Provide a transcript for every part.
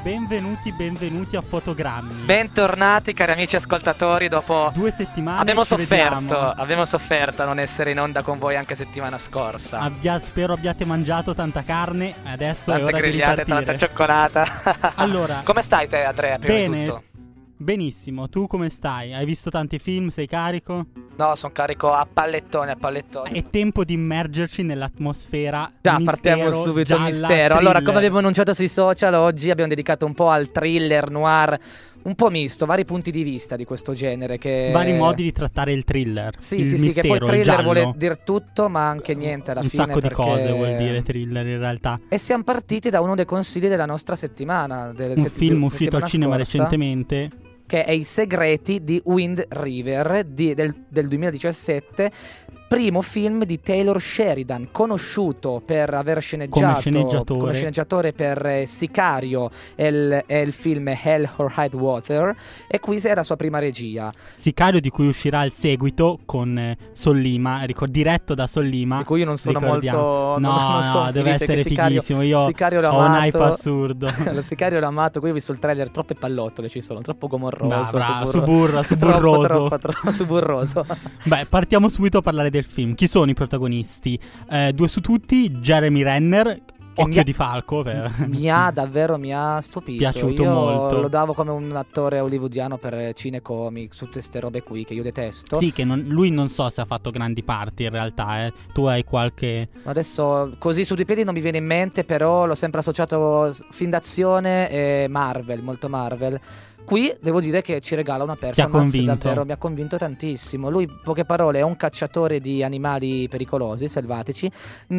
benvenuti a Fotogrammi. Bentornati cari amici ascoltatori, dopo 2 settimane abbiamo sofferto a non essere in onda con voi anche settimana scorsa. Spero abbiate mangiato tanta carne, adesso tante è ora grigliate, di ripartire. tanta cioccolata. Allora, come stai te, Andrea, prima bene, di tutto? Benissimo, tu come stai? Hai visto tanti film? Sei carico? No, sono carico a pallettone. È tempo di immergerci nell'atmosfera. Già, partiamo subito, mistero. Thriller. Allora, come abbiamo annunciato sui social, oggi abbiamo dedicato un po' al thriller noir, un po' misto, vari punti di vista di questo genere vari modi di trattare il thriller. Sì, il sì, mistero, sì, che poi thriller giallo. vuole dire tutto, ma anche niente alla fine. Un sacco di cose vuol dire thriller in realtà. E siamo partiti da uno dei consigli della nostra settimana. Un film uscito al cinema recentemente, che è I segreti di Wind River del 2017, primo film di Taylor Sheridan, conosciuto per aver sceneggiato come sceneggiatore per Sicario e il film Hell or High Water, e qui era la sua prima regia. Sicario, di cui uscirà il seguito con Sollima, diretto da Sollima, di cui io non sono molto no, deve essere fighissimo. Io ho un hype assurdo. Lo Sicario l'ho amato, qui ho visto il trailer, troppe pallottole ci sono, troppo gomorroso, suburroso. troppo suburroso. Beh, partiamo subito a parlare del film. Chi sono i protagonisti? 2 su tutti, Jeremy Renner, Occhio di Falco. Mi ha stupito. Piaciuto io molto. Lo davo come un attore hollywoodiano per cinecomic, su tutte ste robe qui che io detesto. Sì, che lui non so se ha fatto grandi parti in realtà. Tu hai qualche... Adesso così su due piedi non mi viene in mente, però l'ho sempre associato film d'azione e Marvel, molto Marvel. Qui devo dire che ci regala una performance davvero, mi ha convinto tantissimo. Lui, in poche parole, è un cacciatore di animali pericolosi, selvatici,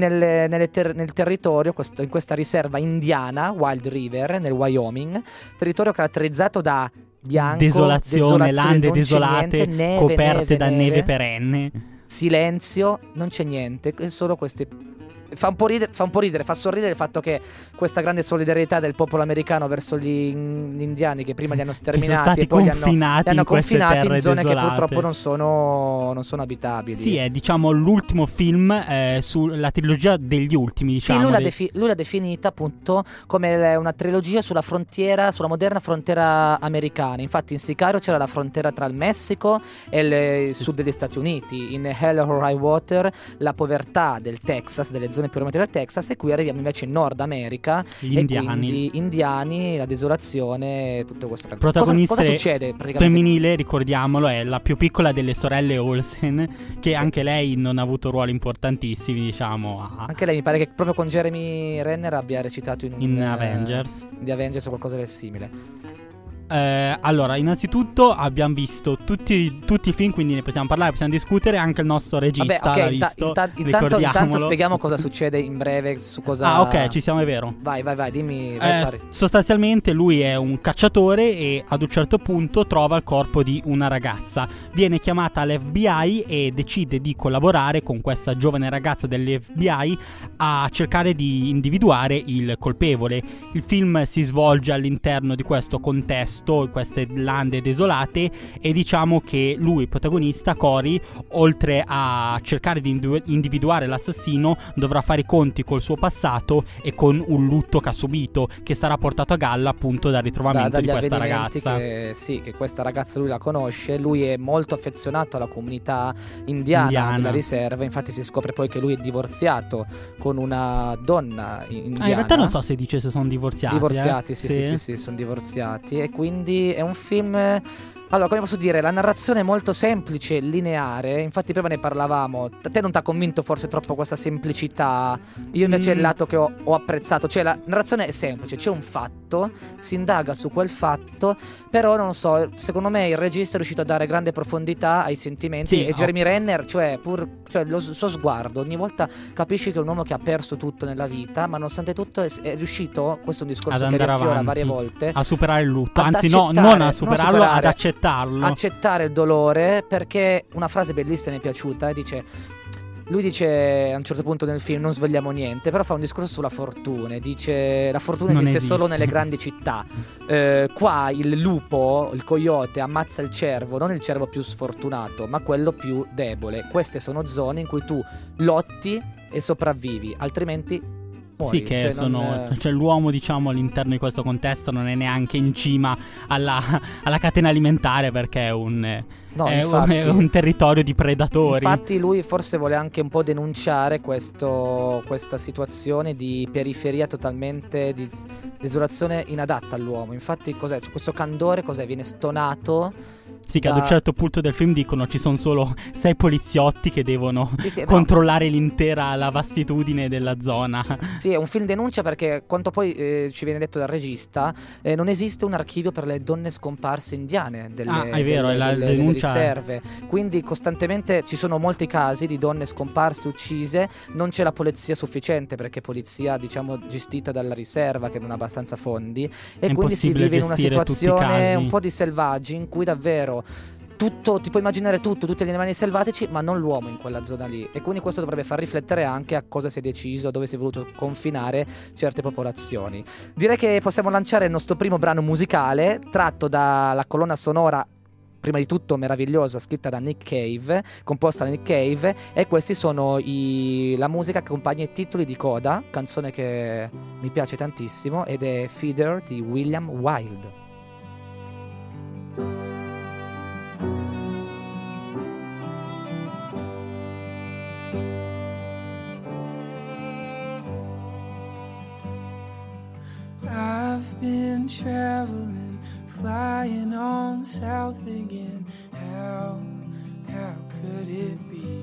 nel territorio, in questa riserva indiana, Wild River, nel Wyoming, territorio caratterizzato da bianco, desolazione, lande desolate, niente, coperte da neve perenne, silenzio, non c'è niente, solo queste... Fa un po' ridere, fa sorridere il fatto che questa grande solidarietà del popolo americano verso gli indiani che prima li hanno sterminati e poi li hanno confinati in zone desolate, che purtroppo non sono abitabili. Sì, è diciamo l'ultimo film sulla trilogia degli ultimi, diciamo. Sì, lui l'ha definita appunto come una trilogia sulla moderna frontiera americana. Infatti in Sicario c'era la frontiera tra il Messico e il sud degli Stati Uniti, in Hell or High Water la povertà del Texas, delle zone più remote del Texas, e qui arriviamo invece in Nord America, gli indiani, la desolazione, tutto questo. Protagonista cosa succede praticamente? Femminile, ricordiamolo, è la più piccola delle sorelle Olsen, che anche lei non ha avuto ruoli importantissimi, diciamo. Anche lei mi pare che proprio con Jeremy Renner abbia recitato in Avengers, di Avengers o qualcosa del simile. Allora, innanzitutto abbiamo visto tutti i film, quindi ne possiamo parlare, possiamo discutere. Anche il nostro regista l'ha visto. Intanto spieghiamo cosa succede in breve, su cosa... Ah, ok, ci siamo, è vero. Vai, dimmi. Sostanzialmente lui è un cacciatore e ad un certo punto trova il corpo di una ragazza. Viene chiamata all'FBI e decide di collaborare con questa giovane ragazza dell'FBI a cercare di individuare il colpevole. Il film si svolge all'interno di questo contesto, in queste lande desolate, e diciamo che lui, il protagonista Cory, oltre a cercare di individuare l'assassino, dovrà fare i conti col suo passato e con un lutto che ha subito, che sarà portato a galla appunto dal ritrovamento di questa ragazza. Che questa ragazza lui la conosce, lui è molto affezionato alla comunità indiana della riserva, infatti si scopre poi che lui è divorziato con una donna indiana. In realtà non so se dice se sono divorziati. Sì, sono divorziati, e quindi è un film... Allora, come posso dire, la narrazione è molto semplice, lineare. Infatti prima ne parlavamo. Te non ti ha convinto forse troppo questa semplicità? Io invece è il lato che ho apprezzato. Cioè la narrazione è semplice, c'è un fatto, si indaga su quel fatto, però non so, secondo me il regista è riuscito a dare grande profondità ai sentimenti, e Jeremy Renner, cioè il suo sguardo, ogni volta capisci che è un uomo che ha perso tutto nella vita, ma nonostante tutto è riuscito, questo è un discorso che riaffiora varie volte, a superare il lutto, anzi non a superarlo, ad accettare il dolore, perché una frase bellissima mi è piaciuta, lui dice a un certo punto nel film: non svegliamo niente, però fa un discorso sulla fortuna, dice la fortuna esiste solo nelle grandi città, qua il lupo, il coyote ammazza il cervo, non il cervo più sfortunato ma quello più debole. Queste sono zone in cui tu lotti e sopravvivi, altrimenti muori. Sì, che cioè l'uomo, diciamo, all'interno di questo contesto non è neanche in cima alla catena alimentare, perché è un territorio di predatori. Infatti lui forse vuole anche un po' denunciare questa situazione di periferia totalmente, di desolazione inadatta all'uomo. Infatti cos'è? Questo candore viene stonato. Sì, che ad un certo punto del film dicono ci sono solo 6 poliziotti che devono controllare la vastitudine della zona. Sì, è un film denuncia perché, quanto poi ci viene detto dal regista, non esiste un archivio per le donne scomparse indiane delle riserve. Quindi costantemente ci sono molti casi di donne scomparse, uccise. Non c'è la polizia sufficiente, perché polizia, diciamo, gestita dalla riserva, che non ha abbastanza fondi, e quindi si vive in una situazione un po' di selvaggi, in cui davvero tutto, ti puoi immaginare tutti gli animali selvatici, ma non l'uomo in quella zona lì. E quindi questo dovrebbe far riflettere anche a cosa si è deciso, dove si è voluto confinare certe popolazioni. Direi che possiamo lanciare il nostro primo brano musicale, tratto dalla colonna sonora, prima di tutto meravigliosa, scritta da Nick Cave, composta da Nick Cave, e questi sono la musica che accompagna i titoli di coda, canzone che mi piace tantissimo, ed è Feeder di William Wilde. I've been traveling, flying on south again. How could it be?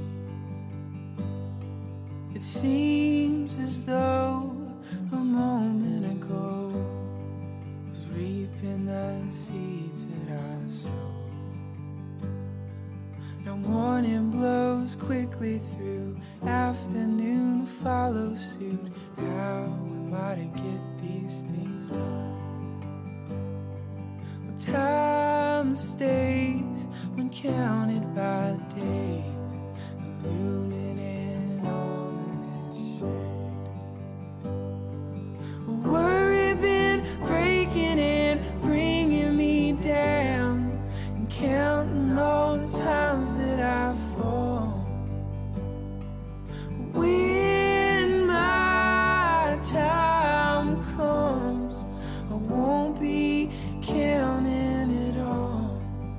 It seems as though a moment ago was reaping the seeds that I sowed. Now morning blows quickly through, afternoon follows suit. How am I to get these things done? Well, time stays when counted by days, illuminating ominous shade. Worry been breaking and bringing me down, and counting all the times that I fall. When my time comes, I won't be counting it all.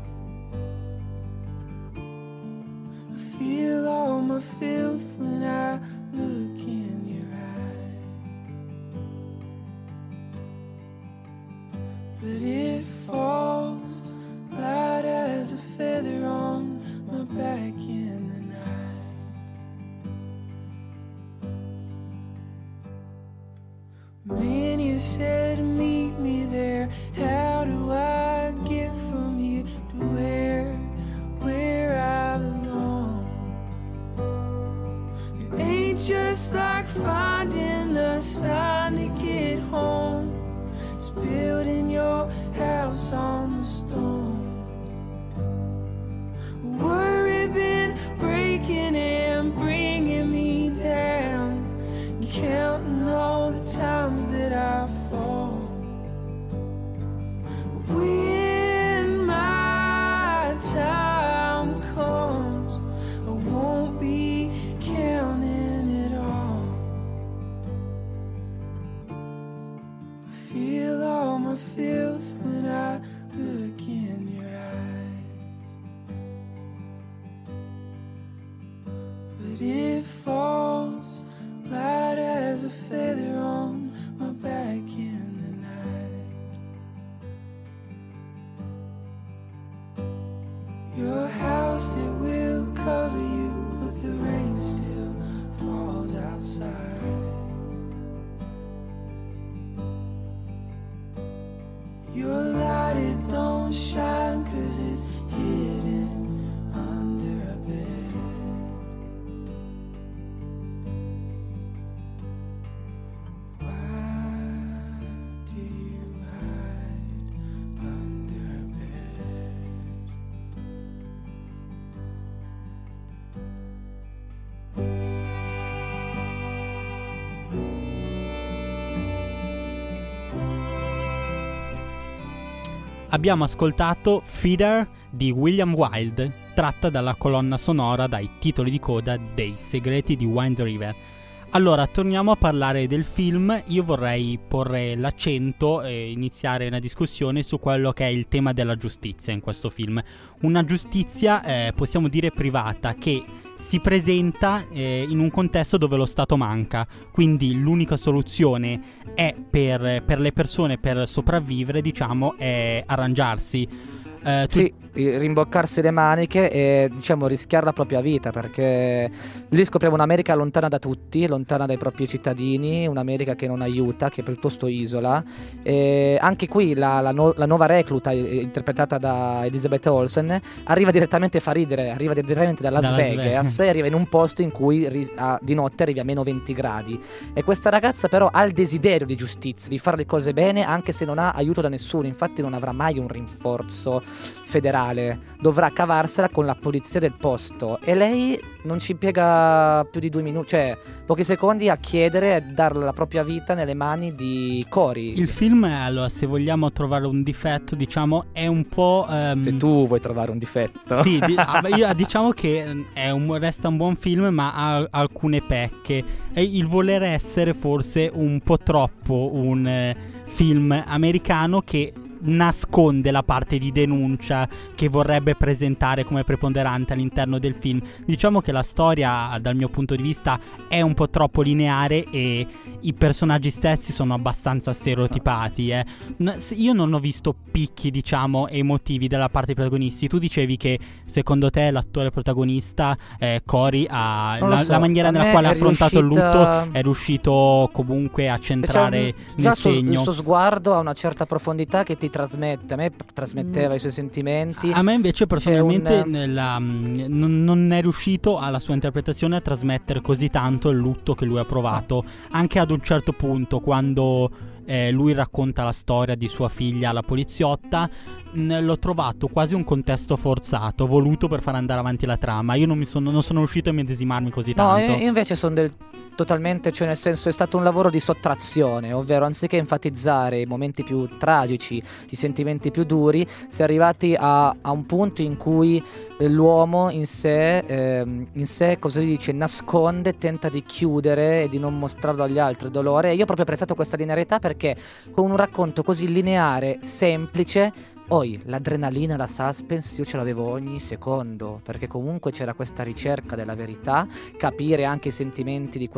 I feel all my filth when I look in your eyes, but it falls light as a feather on my back in the night. Many said meet me there. How do I get from here to where I belong? It ain't just like finding a sign to get home. It's building your house on the stone. Worry been breaking and bringing me down, and counting all the times that I fall. When my time comes, I won't be counting it all. I feel all my filth when I look in your eyes, but it falls light as a feather on my back in the night. Your house, it will cover you, but the rain still falls outside. Your light, it don't shine 'cause it's hidden under a bed. Why do you hide under a bed? Abbiamo ascoltato Feeder di William Wilde, tratta dalla colonna sonora dai titoli di coda dei Segreti di Wind River. Allora, torniamo a parlare del film. Io vorrei porre l'accento e iniziare una discussione su quello che è il tema della giustizia in questo film. Una giustizia, possiamo dire, privata, che si presenta in un contesto dove lo Stato manca. Quindi l'unica soluzione è per le persone, per sopravvivere, diciamo, è arrangiarsi. Sì, rimboccarsi le maniche e, diciamo, rischiare la propria vita, perché lì scopriamo un'America lontana da tutti, lontana dai propri cittadini, un'America che non aiuta, che piuttosto isola. E anche qui la nuova recluta, interpretata da Elizabeth Olsen, arriva direttamente, fa ridere, arriva direttamente da Las Vegas e arriva in un posto in cui di notte arrivi a meno 20 gradi. E questa ragazza però ha il desiderio di giustizia, di fare le cose bene, anche se non ha aiuto da nessuno. Infatti non avrà mai un rinforzo federale, dovrà cavarsela con la polizia del posto, e lei non ci impiega più di 2 minuti, cioè pochi secondi, a chiedere e dare la propria vita nelle mani di Cory. Il film, allora, se vogliamo trovare un difetto, diciamo, è un po'... Se tu vuoi trovare un difetto. Sì, diciamo che resta un buon film, ma ha alcune pecche. E il voler essere forse un po' troppo un film americano che nasconde la parte di denuncia che vorrebbe presentare come preponderante all'interno del film. Diciamo che la storia, dal mio punto di vista, è un po' troppo lineare e i personaggi stessi sono abbastanza stereotipati. Io non ho visto picchi, diciamo, emotivi dalla parte dei protagonisti. Tu dicevi che secondo te l'attore protagonista, Cory, la maniera nella quale ha affrontato il lutto è riuscito comunque a centrare nel segno. Il suo sguardo ha una certa profondità che ti trasmette. A me trasmetteva i suoi sentimenti. A me invece personalmente non è riuscito alla sua interpretazione a trasmettere così tanto il lutto che lui ha provato. Anche ad un certo punto, quando lui racconta la storia di sua figlia alla poliziotta, l'ho trovato quasi un contesto forzato, voluto per far andare avanti la trama. Io non sono riuscito a medesimarmi così tanto. No, io invece sono totalmente, cioè nel senso, è stato un lavoro di sottrazione, ovvero anziché enfatizzare i momenti più tragici, i sentimenti più duri, si è arrivati a un punto in cui l'uomo in sé, cosa si dice, nasconde, tenta di chiudere e di non mostrarlo agli altri, il dolore. E io ho proprio apprezzato questa linearità, perché con un racconto così lineare, semplice, poi l'adrenalina, la suspense io ce l'avevo ogni secondo, perché comunque c'era questa ricerca della verità, capire anche i sentimenti di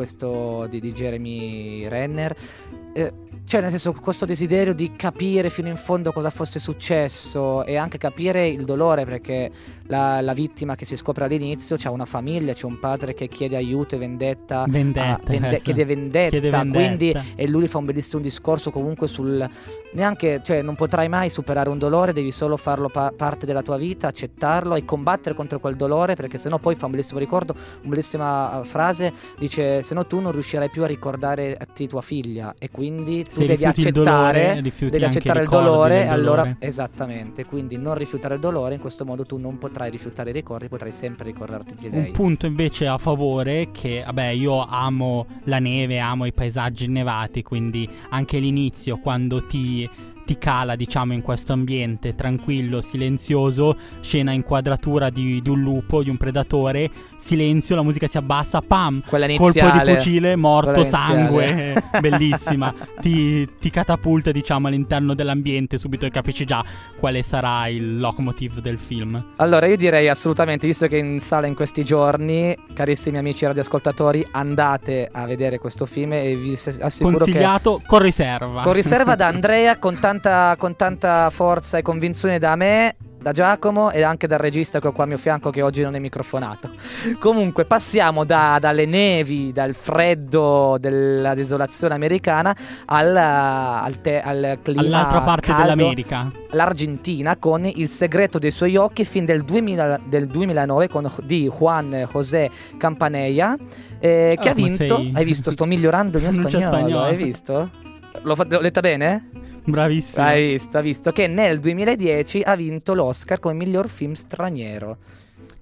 Jeremy Renner, cioè nel senso, questo desiderio di capire fino in fondo cosa fosse successo e anche capire il dolore, perché la vittima che si scopre all'inizio c'ha una famiglia, c'è un padre che chiede aiuto e chiede vendetta, quindi, e lui fa un bellissimo discorso comunque sul neanche, cioè non potrai mai superare un dolore, devi solo farlo parte della tua vita, accettarlo e combattere contro quel dolore, perché sennò poi fa un bellissimo ricordo, una bellissima frase, dice: sennò tu non riuscirai più a ricordare a te tua figlia, e quindi tu devi accettare il dolore, allora esattamente, quindi non rifiutare il dolore, in questo modo tu non potrai rifiutare i ricordi, potrai sempre ricordarti di lei. Un punto invece a favore, che vabbè, io amo la neve, amo i paesaggi innevati, quindi anche l'inizio, quando ti cala, diciamo, in questo ambiente tranquillo, silenzioso, scena inquadratura di un lupo, di un predatore, silenzio, la musica si abbassa, pam, colpo di fucile, morto, sangue, bellissima, ti catapulta, diciamo, all'interno dell'ambiente subito, e capisci già quale sarà il locomotive del film. Allora io direi assolutamente, visto che è in sala in questi giorni, carissimi amici radioascoltatori, andate a vedere questo film e vi assicuro consigliato, con riserva da Andrea, con tanta forza e convinzione da me, da Giacomo e anche dal regista che ho qua al mio fianco, che oggi non è microfonato. Comunque passiamo dalle nevi, dal freddo della desolazione americana al clima all'altra parte caldo, dell'America, l'Argentina, con Il segreto dei suoi occhi, film del 2009 di Juan José Campanella, che ha vinto. Hai visto? Sto migliorando il mio spagnolo. Hai visto? L'ho letta bene? Bravissimo. Hai visto che nel 2010 ha vinto l'Oscar come miglior film straniero.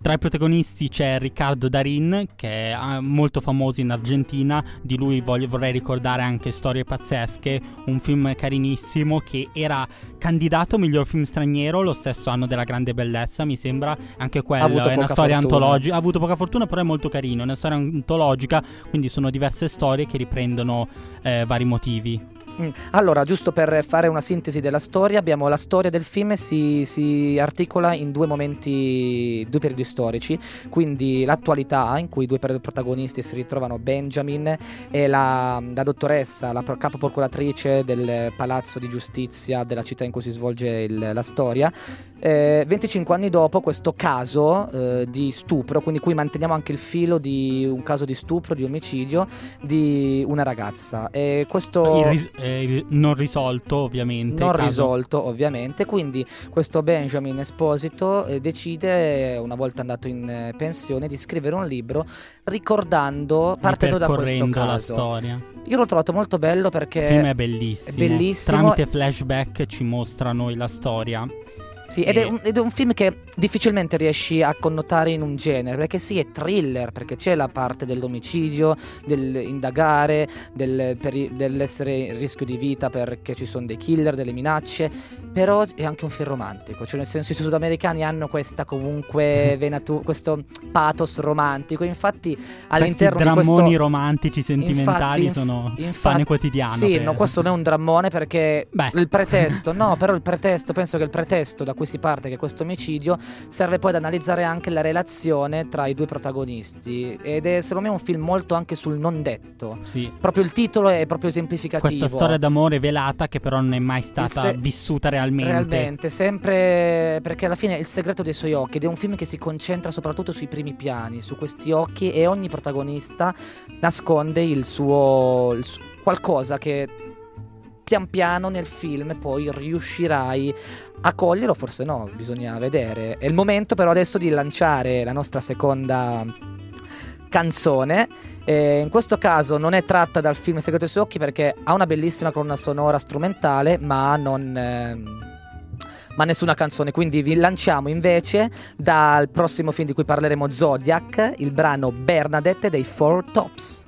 Tra i protagonisti c'è Ricardo Darín, che è molto famoso in Argentina. Di lui vorrei ricordare anche Storie pazzesche, un film carinissimo che era candidato miglior film straniero lo stesso anno della Grande Bellezza, mi sembra. Anche quello è una storia antologica. Ha avuto poca fortuna, però è molto carino. È una storia antologica, quindi sono diverse storie che riprendono vari motivi. Allora, giusto per fare una sintesi della storia, abbiamo la storia del film si articola in due periodi storici, quindi l'attualità in cui i due protagonisti si ritrovano, Benjamin e la dottoressa, la capo procuratrice del palazzo di giustizia della città in cui si svolge la storia. 25 anni dopo questo caso di stupro, quindi qui manteniamo anche il filo di un caso di stupro, di omicidio di una ragazza, e questo non risolto ovviamente, quindi questo Benjamin Esposito decide, una volta andato in pensione, di scrivere un libro partendo da questo caso. La storia. Io l'ho trovato molto bello perché il film è bellissimo. Tramite flashback ci mostra a noi la storia. Sì, ed è un film che difficilmente riesci a connotare in un genere, perché sì, è thriller, perché c'è la parte dell'omicidio, dell'indagare, dell'essere in rischio di vita perché ci sono dei killer, delle minacce, però è anche un film romantico, cioè nel senso i sudamericani hanno questa comunque questo pathos romantico, infatti all'interno di questo drammoni romantici sentimentali sono pane quotidiano. Sì, no, questo non è un drammone perché il pretesto, penso che il pretesto da cui si parte, che è questo omicidio, serve poi ad analizzare anche la relazione tra i due protagonisti, ed è secondo me un film molto anche sul non detto. Sì. Proprio il titolo è proprio esemplificativo. Questa storia d'amore velata che però non è mai stata vissuta realmente, sempre, perché alla fine è Il segreto dei suoi occhi, ed è un film che si concentra soprattutto sui primi piani, su questi occhi, e ogni protagonista nasconde il suo qualcosa che pian piano nel film poi riuscirai a cogliere, o forse no, bisogna vedere. È il momento però adesso di lanciare la nostra seconda canzone. In questo caso non è tratta dal film Il segreto dei suoi occhi, perché ha una bellissima colonna sonora strumentale, ma nessuna canzone, quindi vi lanciamo invece dal prossimo film di cui parleremo, Zodiac, il brano Bernadette dei Four Tops.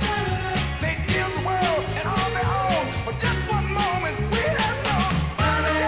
Just one moment, we have no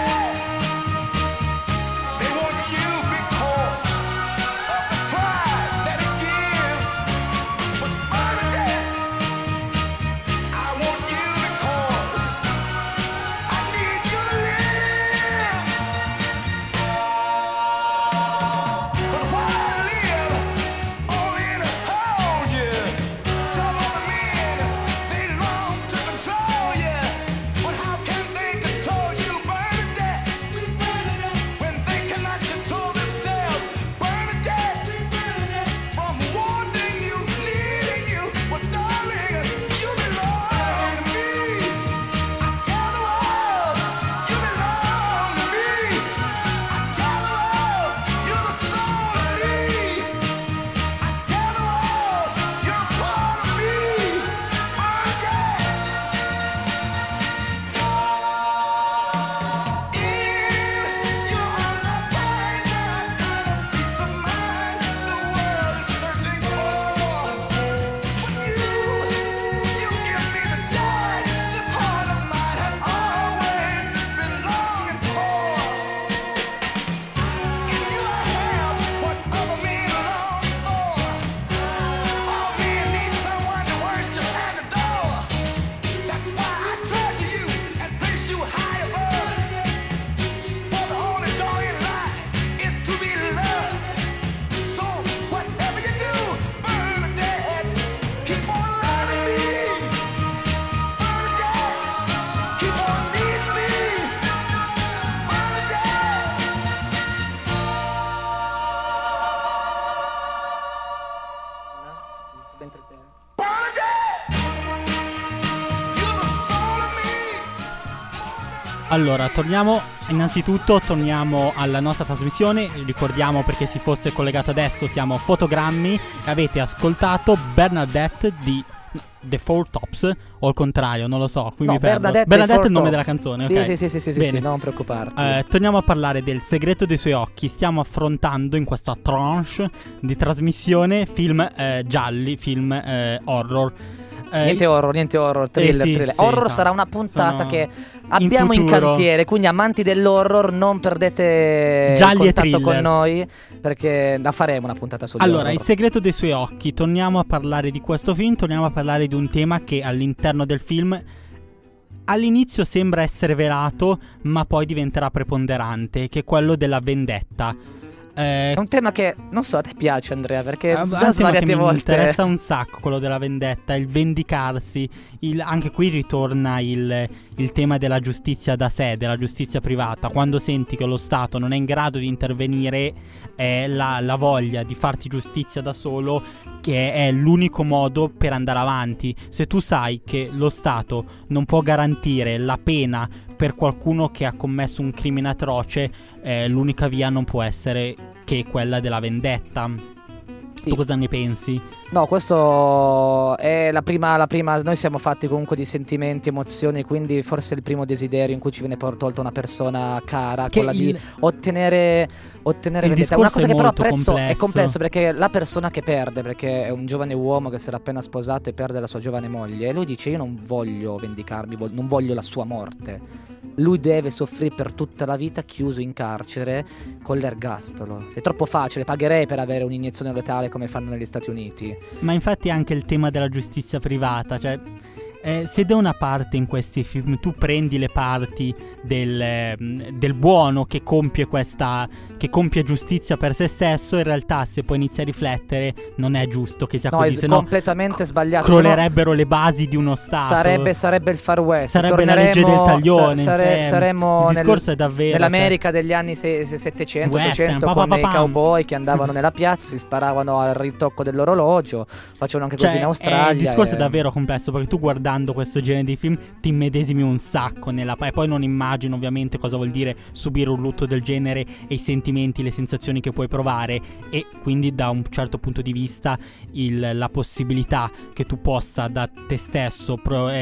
Allora, innanzitutto torniamo alla nostra trasmissione. Ricordiamo, perché si fosse collegato adesso, siamo Fotogrammi e avete ascoltato Bernadette di The Four Tops, o al contrario, non lo so, qui mi perdo. Bernadette è il nome della canzone, sì, ok? Sì, non preoccuparti. Torniamo a parlare del Segreto dei suoi occhi. Stiamo affrontando in questa tranche di trasmissione film gialli, film horror. Niente horror, thriller. Sì, horror no, sarà una puntata sono che abbiamo in cantiere, quindi amanti dell'horror non perdete Gialli e contatto con thriller. noi, perché la faremo una puntata sugli Allora, horror. Il segreto dei suoi occhi. Torniamo a parlare di questo film, torniamo a parlare di un tema che all'interno del film all'inizio sembra essere velato, ma poi diventerà preponderante, che è quello della vendetta. È un tema che, non so, a te piace, Andrea, perché È un tema che svariate mi volte interessa un sacco, quello della vendetta, il vendicarsi. Anche qui ritorna il tema della giustizia da sé, della giustizia privata. Quando senti che lo Stato non è in grado di intervenire, è la voglia di farti giustizia da solo che è l'unico modo per andare avanti. Se tu sai che lo Stato non può garantire la pena per qualcuno che ha commesso un crimine atroce, l'unica via non può essere che quella della vendetta. Sì. Tu cosa ne pensi? No, questo è la prima. Noi siamo fatti comunque di sentimenti, emozioni, quindi forse il primo desiderio in cui ci viene tolta una persona cara, Che quella di ottenere vendetta. discorso Una cosa è che però molto apprezzo è complesso. complesso, perché la persona che perde, perché è un giovane uomo che si era appena sposato e perde la sua giovane moglie, e lui dice: io non voglio vendicarmi, non voglio la sua morte. Lui deve soffrire per tutta la vita chiuso in carcere con l'ergastolo. È troppo facile, pagherei per avere un'iniezione letale come fanno negli Stati Uniti. Ma infatti anche il tema della giustizia privata, cioè se da una parte in questi film tu prendi le parti del buono che compie giustizia per se stesso, in realtà se poi inizi a riflettere non è giusto che sia No, così, è sennò completamente sbagliato. crollerebbero le basi di uno Stato. Sarebbe il Far West. Sarebbe la legge del taglione. Saremmo il discorso è davvero nell'America degli anni 700, Western, 800, con i pa. cowboy che andavano nella piazza, si sparavano al ritocco dell'orologio, facevano anche così in Australia. Il discorso e- è davvero complesso, perché tu guardando questo genere di film ti immedesimi un sacco e poi non immagino ovviamente cosa vuol dire subire un lutto del genere e i sentimenti, le sensazioni che puoi provare, e quindi da un certo punto di vista la possibilità che tu possa da te stesso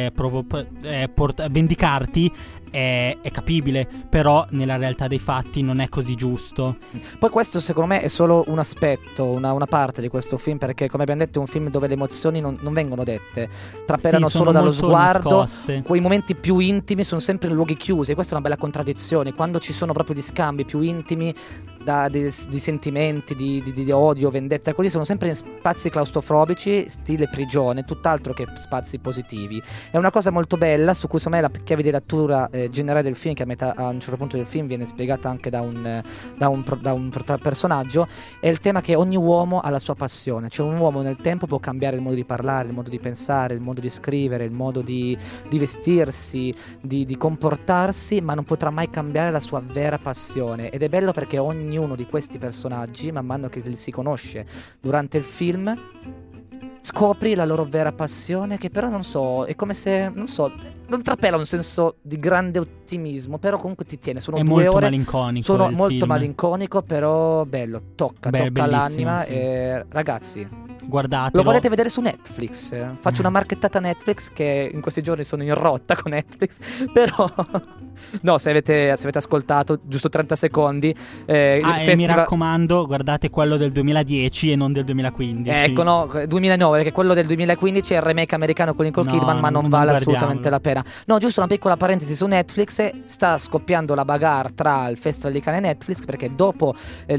vendicarti è capibile, però nella realtà dei fatti non è così giusto. Poi questo secondo me è solo un aspetto, una parte di questo film, perché come abbiamo detto è un film dove le emozioni non vengono dette, trapelano Sì, sono solo dallo molto sguardo. nascoste. Quei momenti più intimi sono sempre in luoghi chiusi, e questa è una bella contraddizione. Quando ci sono proprio gli scambi più intimi di sentimenti, di odio, vendetta, così, sono sempre in spazi claustrofobici, stile prigione, tutt'altro che spazi positivi. È una cosa molto bella, su cui secondo me la chiave di lettura generale del film, che a un certo punto del film viene spiegata anche da un personaggio, è il tema che ogni uomo ha la sua passione. Cioè un uomo nel tempo può cambiare il modo di parlare, il modo di pensare, il modo di scrivere, il modo di vestirsi, di comportarsi, ma non potrà mai cambiare la sua vera passione. Ed è bello perché ognuno di questi personaggi, man mano che li si conosce durante il film, scopri la loro vera passione, che però non so, è come se, non so, non trapela un senso di grande ottimismo, però comunque ti tiene. Sono È 2 molto ore, malinconico. sono il molto film. malinconico, però bello, tocca Bellissimo l'anima. il film. E ragazzi, Guardatelo. lo volete vedere su Netflix? Faccio una marchettata a Netflix, che in questi giorni sono in rotta con Netflix, però no, se avete ascoltato giusto 30 secondi, il e mi raccomando, guardate quello del 2010 e non del 2015. Ecco, no, 2009, perché quello del 2015 è il remake americano con Nicole Kidman, ma non vale assolutamente la pena. No, giusto una piccola parentesi su Netflix: sta scoppiando la bagarre tra il Festival di Cannes e Netflix, perché dopo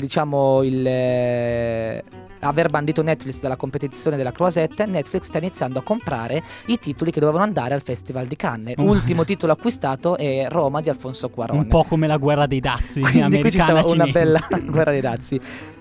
aver bandito Netflix dalla competizione della Croisette, Netflix sta iniziando a comprare i titoli che dovevano andare al Festival di Cannes. L'ultimo titolo acquistato è Roma di Alfonso Cuarón. Un po' come la guerra dei dazi Quindi qui ci americana stava una cinese. bella guerra dei dazi.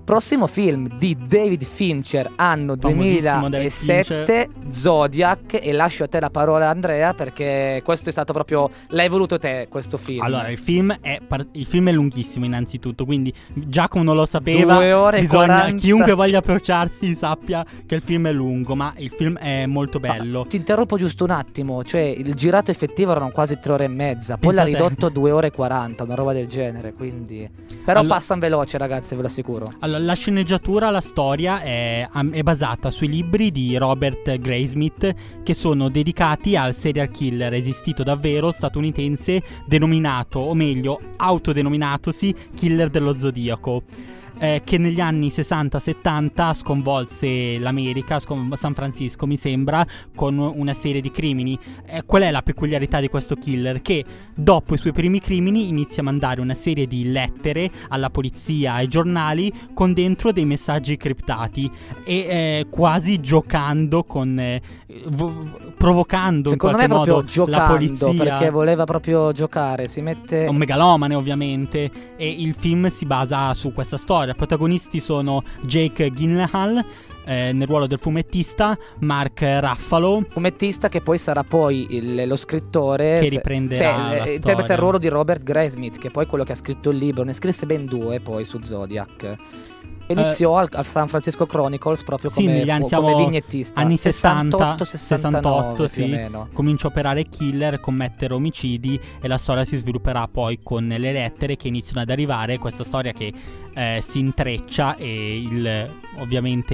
Prossimo film di David Fincher, anno Famosissimo David 2007, Zodiac, e lascio a te la parola, Andrea, perché questo è stato proprio, l'hai voluto te questo film. Allora, il film è lunghissimo innanzitutto, quindi Giacomo non lo sapeva. 2 ore e 40. Chiunque voglia approcciarsi sappia che il film è lungo, ma il film è molto bello. Ti interrompo giusto un attimo, cioè il girato effettivo erano quasi 3 ore e mezza, poi l'ha Pensate. ridotto a 2 ore e 40, una roba del genere, quindi... Però passano veloce, ragazzi, ve lo assicuro. Allora, la sceneggiatura, la storia è basata sui libri di Robert Graysmith, che sono dedicati al serial killer esistito davvero statunitense, denominato, o meglio autodenominatosi Killer dello Zodiaco, che negli anni 60-70 sconvolse l'America, San Francisco mi sembra, con una serie di crimini. Qual è la peculiarità di questo killer? Che dopo i suoi primi crimini inizia a mandare una serie di lettere alla polizia, ai giornali, con dentro dei messaggi criptati e quasi giocando con... provocando secondo in me qualche proprio modo giocando, la polizia, perché voleva proprio giocare, si mette... È un megalomane ovviamente, e il film si basa su questa storia. I protagonisti sono Jake Gyllenhaal nel ruolo del fumettista, Mark Ruffalo, fumettista che poi sarà poi lo scrittore che riprenderà la interpreta storia. il ruolo di Robert Graysmith, che poi è quello che ha scritto il libro, ne scrisse ben 2 poi su Zodiac. Iniziò al San Francisco Chronicles proprio sì, come, negli anni, come vignettista, anni 68, 68 più o sì. meno. Comincia a operare killer, commettere omicidi, e la storia si svilupperà poi con le lettere che iniziano ad arrivare. Questa storia che si intreccia, e ovviamente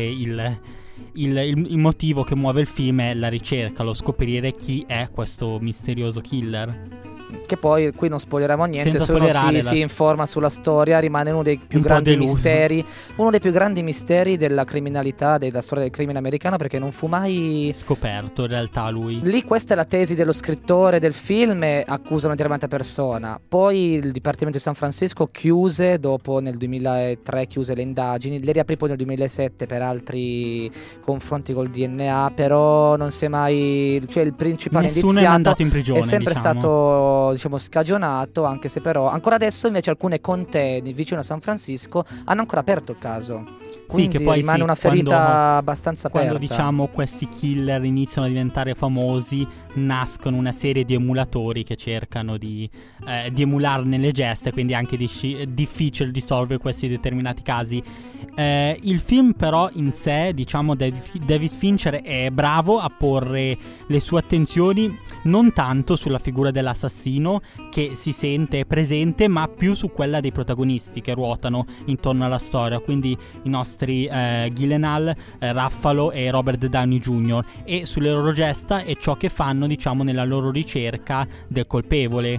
il motivo che muove il film è la ricerca, lo scoprire chi è questo misterioso killer. Che poi qui non spoileriamo niente, Senza se uno spoilerare si informa sulla storia rimane uno dei più grandi misteri, uno dei più grandi misteri della criminalità, della storia del crimine americano, perché non fu mai scoperto in realtà lui. Lì questa è la tesi dello scrittore del film, e accusano una determinata persona. Poi il Dipartimento di San Francisco chiuse, dopo nel 2003 chiuse le indagini, le riaprì poi nel 2007 per altri confronti col DNA, però non si è mai, cioè il principale Nessuno indiziato è mandato in prigione, è sempre diciamo. Stato, diciamo, scagionato, anche se però ancora adesso invece alcune contee vicino a San Francisco hanno ancora aperto il caso. Quindi sì, che poi rimane una ferita abbastanza aperta. Quando diciamo questi killer iniziano a diventare famosi, nascono una serie di emulatori che cercano di emularne le gesta, quindi è anche difficile risolvere questi determinati casi. Il film però in sé, diciamo, David Fincher è bravo a porre le sue attenzioni non tanto sulla figura dell'assassino, che si sente presente, ma più su quella dei protagonisti che ruotano intorno alla storia, quindi i nostri Gyllenhaal, Ruffalo e Robert Downey Jr., e sulle loro gesta e ciò che fanno, diciamo, nella loro ricerca del colpevole.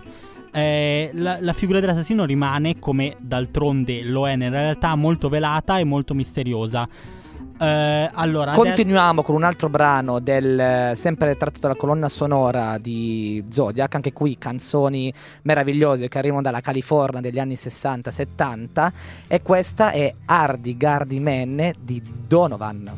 La figura dell'assassino rimane, come d'altronde lo è nella realtà, molto velata e molto misteriosa. Allora continuiamo con un altro brano sempre tratto dalla colonna sonora di Zodiac, anche qui canzoni meravigliose che arrivano dalla California degli anni 60-70, e questa è Hardy Gardy Man di Donovan.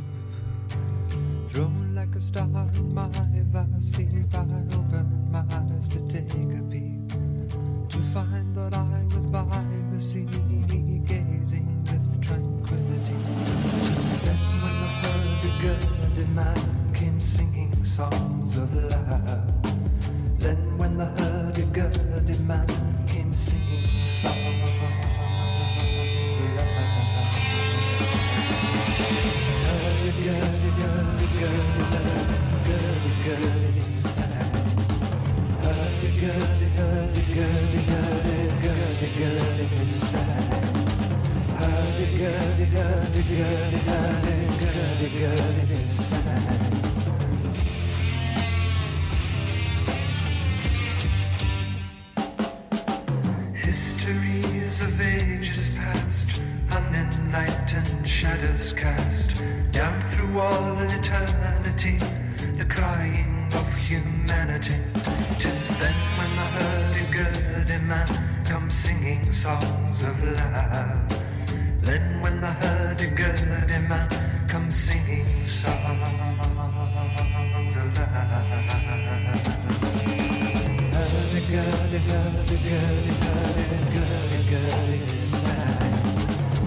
Thrown like a star in my vast sleep, I opened my eyes to take a peep, to find that I was by the sea, gazing with tranquility. Just then when the hurdy-gurdy man came singing songs of love, then when the hurdy-gurdy man came singing songs of love. Hurdy-gurdy, hurdy-gurdy, hurdy-gurdy, sad. Hurdy-gurdy, hurdy-gurdy, hurdy-gurdy, sad. Hurdy-gurdy, hurdy-gurdy, hurdy-gurdy, sad. Histories of ages past, unenlightened shadows cast down through all eternity, the crying of humanity. 'Tis then when the hurdy-gurdy man comes singing songs of love. Then when the hurdy-gurdy man comes singing songs of love. Hurdy-gurdy, hurdy-gurdy, hurdy-gurdy, sad. Hurdy-gurdy,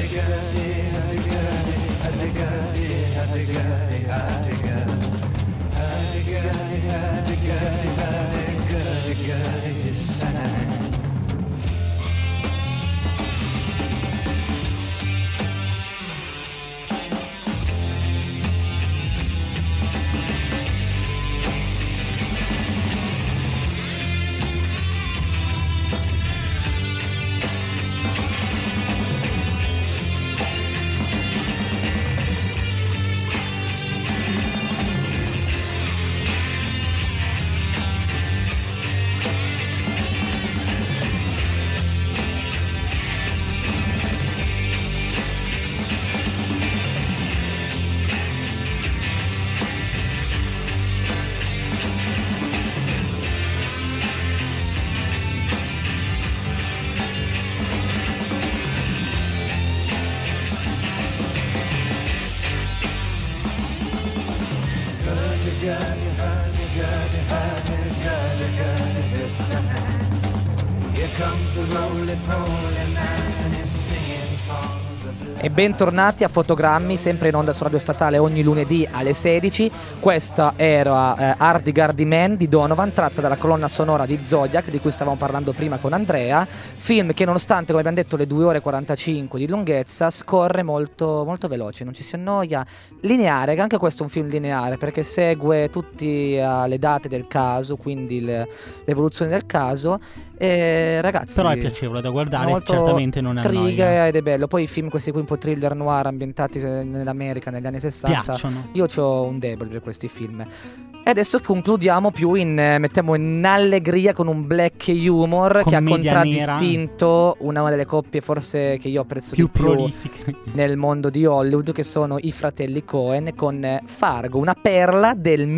E bentornati a Fotogrammi, sempre in onda su Radio Statale ogni lunedì alle 16. Questa era Hardy Man di Donovan, tratta dalla colonna sonora di Zodiac, di cui stavamo parlando prima con Andrea. Film che, nonostante, come abbiamo detto, le 2 ore e 45 di lunghezza, scorre molto, molto veloce, non ci si annoia. Lineare, che anche questo è un film lineare, perché segue tutte le date del caso, quindi l'evoluzione del caso. Ragazzi, però è piacevole da guardare, molto certamente non è intriga ed è bello. Poi i film questi qui un po' thriller noir ambientati nell'America negli anni 60 piacciono. Io ho un debole per questi film. E adesso concludiamo mettiamo in allegria con un black humor che ha contraddistinto una delle coppie forse che io apprezzo più di più prolifiche nel mondo di Hollywood, che sono i fratelli Coen, con Fargo, una perla del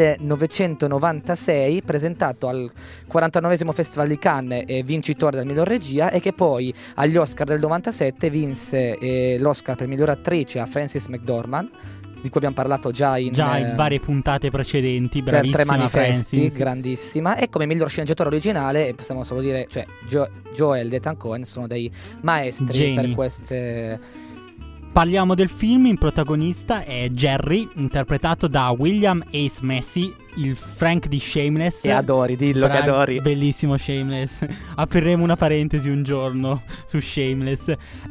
1996, presentato al 49esimo Festival di Cannes e vincitore del miglior regia, e che poi agli Oscar del 97 vinse l'Oscar per miglior attrice a Frances McDormand, di cui abbiamo parlato già in varie puntate precedenti. Per Bravissima 3 manifesti, Francis. grandissima. E come miglior sceneggiatore originale possiamo solo dire, cioè Joel e Ethan Coen sono dei maestri Geni. per queste. Parliamo del film. Il protagonista è Jerry, interpretato da William Ace Massey, il Frank di Shameless. E adori, dillo che adori. Bellissimo Shameless. Apriremo una parentesi un giorno su Shameless.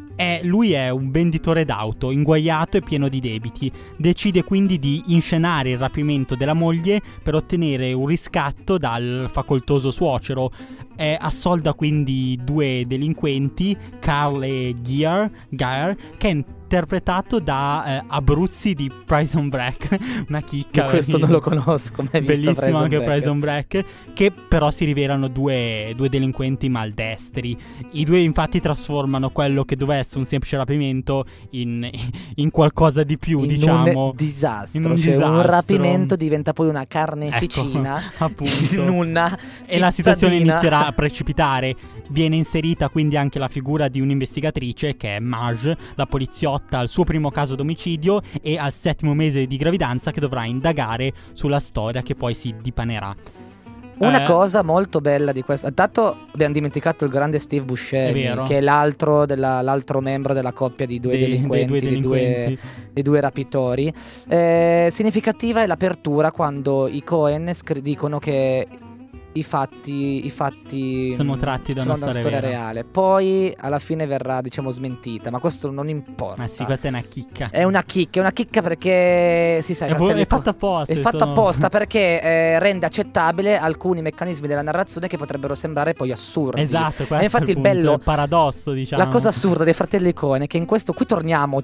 Lui è un venditore d'auto, inguaiato e pieno di debiti. Decide quindi di inscenare il rapimento della moglie per ottenere un riscatto dal facoltoso suocero. Assolda quindi 2 delinquenti, Carl e Gear, che è interpretato da Abruzzi di Prison Break. Una chicca. Io questo non lo conosco, mai visto. Bellissimo anche Prison Break. Che però si rivelano due delinquenti maldestri. I due infatti trasformano quello che doveva essere un semplice rapimento in qualcosa di più, in diciamo un disastro. In un cioè disastro. Un rapimento diventa poi una carneficina, appunto. in una e la situazione cittadina. inizierà a precipitare. Viene inserita quindi anche la figura di un'investigatrice, che è Marge, la poliziotta al suo primo caso d'omicidio e al 7° mese di gravidanza, che dovrà indagare sulla storia che poi si dipanerà. Una cosa molto bella di questa, intanto abbiamo dimenticato il grande Steve Buscemi, che è l'altro membro della coppia di due delinquenti, dei due rapitori. Significativa è l'apertura quando i Coen dicono che i fatti sono tratti da una storia reale. Poi alla fine verrà, diciamo, smentita, ma questo non importa. Ma sì, questa è una chicca. È una chicca perché si sa, è fatta apposta. È fatta apposta perché rende accettabile alcuni meccanismi della narrazione che potrebbero sembrare poi assurdi. Esatto, questo infatti è il bello, il paradosso, diciamo. La cosa assurda dei fratelli Coen è che in questo qui torniamo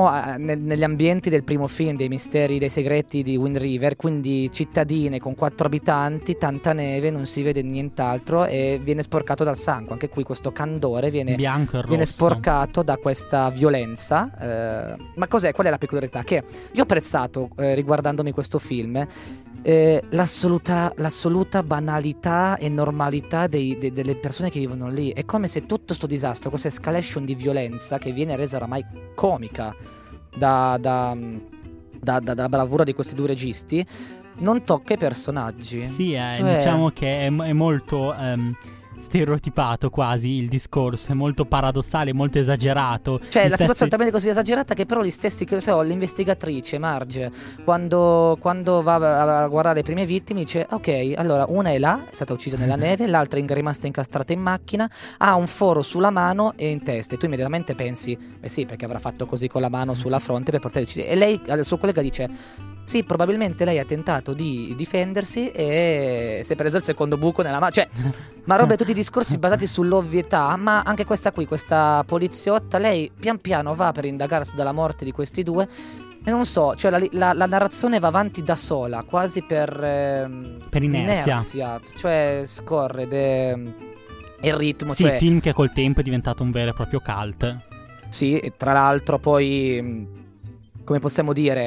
negli ambienti del primo film, dei misteri, dei segreti di Wind River, quindi cittadine con 4 abitanti, tanta neve, non si vede nient'altro e viene sporcato dal sangue. Anche qui questo candore viene sporcato da questa violenza. Ma qual è la peculiarità? Che io ho apprezzato riguardandomi questo film, l'assoluta banalità e normalità delle persone che vivono lì. È come se tutto sto disastro, questa escalation di violenza che viene resa oramai comica da bravura di questi 2 registi, non tocca i personaggi. Sì, diciamo che è molto stereotipato quasi il discorso, è molto paradossale, molto esagerato. Cioè Gli la stessi- situazione è talmente così esagerata che però gli stessi, che so, l'investigatrice Marge, quando va a guardare le prime vittime, dice ok, allora una è là, è stata uccisa nella neve, l'altra è rimasta incastrata in macchina, ha un foro sulla mano e in testa, e tu immediatamente pensi, beh sì, perché avrà fatto così con la mano sulla fronte per portare uccidere. E lei, al suo collega, dice sì, probabilmente lei ha tentato di difendersi e si è preso il secondo buco nella mano. Cioè, ma roba, tutti i discorsi basati sull'ovvietà. Ma anche questa qui, questa poliziotta, lei pian piano va per indagare sulla morte di questi due. E non so, cioè la narrazione va avanti da sola, quasi per inerzia. Cioè scorre ed è il ritmo. Sì, cioè, il film che col tempo è diventato un vero e proprio cult. sì, e tra l'altro poi, come possiamo dire,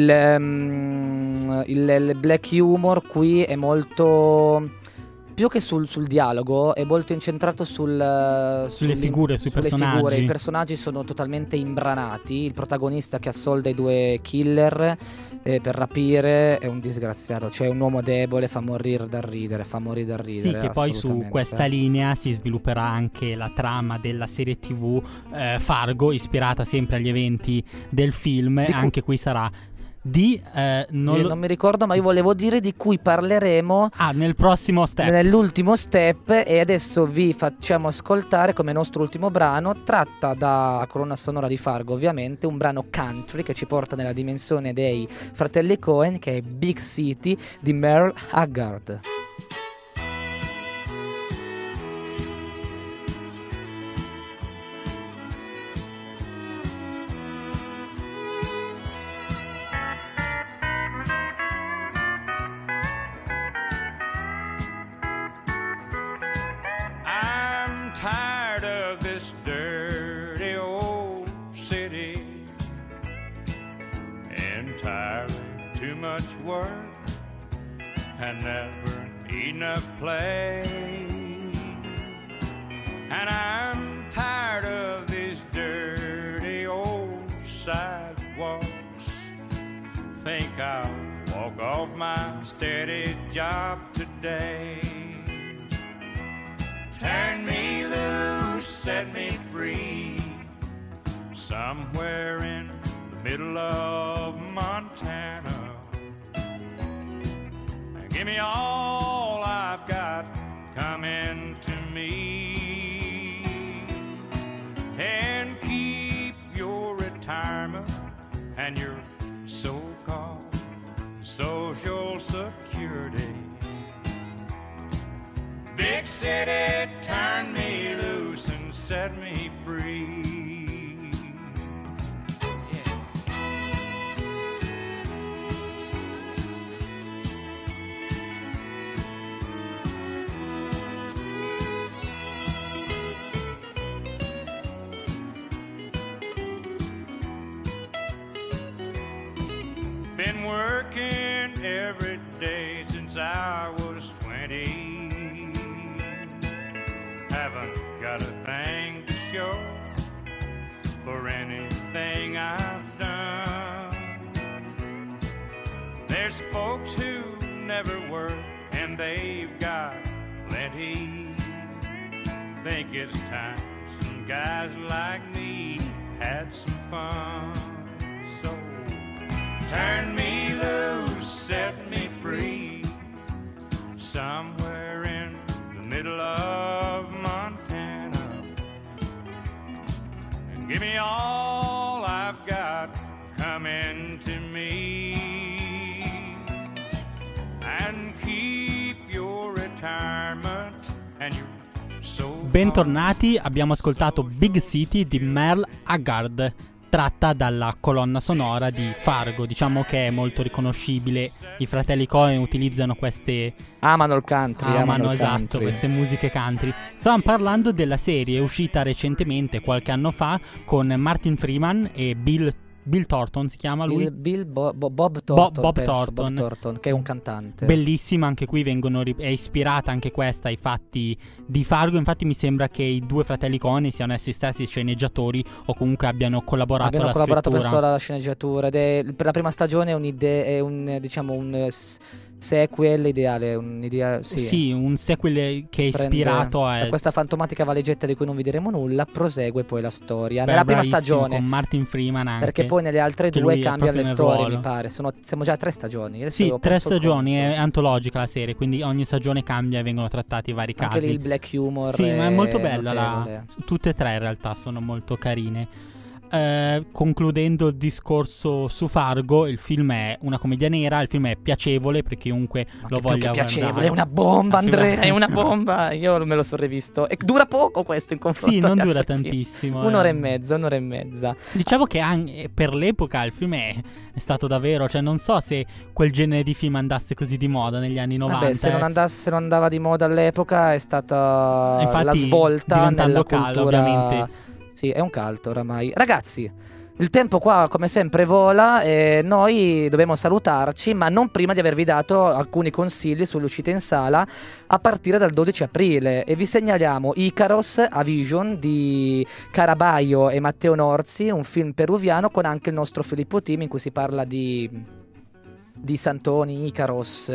il black humor qui è molto, più che sul dialogo, è molto incentrato sulle figure, sui personaggi. I personaggi sono totalmente imbranati. Il protagonista che assolda i due killer per rapire è un disgraziato, cioè un uomo debole, fa morire dal ridere. Sì, che poi su questa linea si svilupperà anche la trama della serie TV Fargo, ispirata sempre agli eventi del film. Anche qui sarà non mi ricordo, ma io volevo dire di cui parleremo nel prossimo step, nell'ultimo step. E adesso vi facciamo ascoltare come nostro ultimo brano, tratta da colonna sonora di Fargo, ovviamente, un brano country che ci porta nella dimensione dei fratelli Coen, che è Big City di Merle Haggard. Tired of this dirty old city, entirely too much work and never enough play. And I'm tired of these dirty old sidewalks. Think I'll walk off my steady job today. Turn me loose, set me free, somewhere in the middle of Montana. Give me all I've got coming to me, and keep your retirement and your so-called Social Security. Big city, turn me loose and set me free. Been working every day since I was 20. Haven't got a thing to show for anything I've done. There's folks who never work and they've got plenty. Think it's time some guys like me had some fun. So turn me loose, set me free, somewhere in the middle of Montana, and give me all I've got coming to me, and keep your retirement and your soul. Bentornati, abbiamo ascoltato Big City di Merle Haggard, tratta dalla colonna sonora di Fargo. Diciamo che è molto riconoscibile. I fratelli Coen utilizzano queste... Amano il country. Esatto, queste musiche country. Stavamo parlando della serie uscita recentemente, qualche anno fa, con Martin Freeman e Bill Thornton, si chiama lui? Bob Thornton, Bob penso, Thornton. Bob Thornton, che è un cantante. Bellissima, anche qui è ispirata anche questa ai fatti di Fargo. Infatti mi sembra che i due fratelli Coen siano essi stessi sceneggiatori o comunque abbiano collaborato alla collaborato scrittura. penso alla sceneggiatura, ed è, per la prima stagione è un'idea, è sequel ideale, un'idea, Sì, un sequel che è prende ispirato a da questa fantomatica valigetta di cui non vi diremo nulla, prosegue poi la storia Beh, nella prima bravissimo, stagione, con Martin Freeman anche. perché poi nelle altre che due lui è cambiano le proprio nel storie, ruolo. mi pare. Siamo già a 3 stagioni. Adesso Sì, avevo 3 perso il stagioni, conto. è antologica la serie, quindi ogni stagione cambia e vengono trattati i vari Anche casi. lì il black humor Sì, ma è molto bella notevole. tutte e 3 in realtà sono molto carine. Concludendo il discorso su Fargo, il film è una commedia nera, il film è piacevole per chiunque Ma lo che più voglia che piacevole, guardare. è una bomba, La prima- Andrea, è una bomba. Io me lo sono rivisto. E dura poco questo in confronto. Sì, non agli dura altri film. tantissimo. Un'ora e mezza. Diciamo che anche per l'epoca il film è stato davvero, cioè non so se quel genere di film andasse così di moda negli anni 90. Vabbè, se non andava di moda all'epoca è stata Infatti, la svolta diventando nella caldo, cultura. ovviamente. Sì, è un caldo oramai. Ragazzi, il tempo qua come sempre vola e noi dobbiamo salutarci, ma non prima di avervi dato alcuni consigli sulle uscite in sala a partire dal 12 aprile. E vi segnaliamo Icaros a Vision di Caraballo e Matteo Norzi, un film peruviano con anche il nostro Filippo Timi in cui si parla di Santoni, Icaros,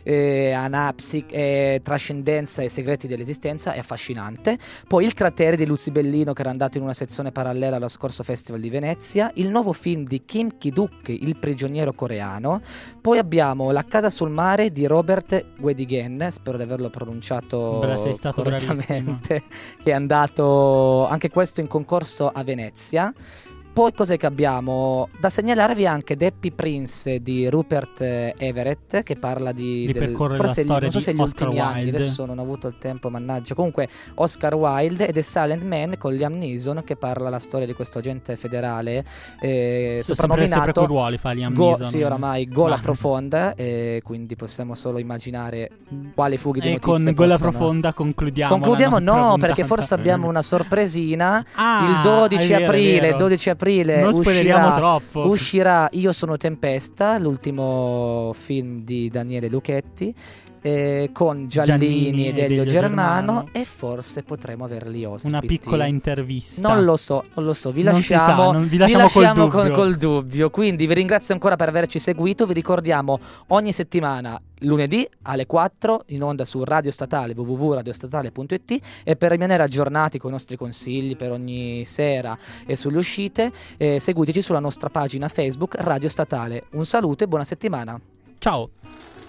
Anapsi, trascendenza e segreti dell'esistenza. È affascinante. Poi Il cratere di Luzi Bellino, che era andato in una sezione parallela allo scorso Festival di Venezia. Il nuovo film di Kim Ki-duk, Il prigioniero coreano. Poi abbiamo La casa sul mare di Robert Guedigen, spero di averlo pronunciato Beh, sei stato correttamente, che è andato anche questo in concorso a Venezia. Poi cos'è che abbiamo? Da segnalarvi anche The Happy Prince di Rupert Everett, che parla Ripercorre forse la storia non so se di gli Oscar ultimi anni, Wilde. adesso non ho avuto il tempo, mannaggia. Comunque Oscar Wilde, e The Silent Man con Liam Neeson, che parla la storia di questo agente federale sempre soprannominato quei ruoli fa Liam Go, Neeson. sì, oramai Gola Ma- Profonda, e quindi possiamo solo immaginare quali fughe di E notizie con Gola possono- Profonda concludiamo Concludiamo la nostra no, puntata. perché forse abbiamo una sorpresina. Ah, Il 12 è vero, è aprile, vero. 12 aprile Non spoileriamo troppo. uscirà Io sono Tempesta, l'ultimo film di Daniele Lucchetti, con Giallini ed Elio Germano, e forse potremo averli ospiti. Una piccola intervista. Non lo so, vi Non si lasciamo, sa, vi lasciamo col dubbio. col dubbio. Quindi vi ringrazio ancora per averci seguito. Vi ricordiamo ogni settimana lunedì alle 4 in onda su Radio Statale, www.radiostatale.it, e per rimanere aggiornati con i nostri consigli per ogni sera e sulle uscite, seguiteci sulla nostra pagina Facebook Radio Statale. Un saluto e buona settimana. Ciao.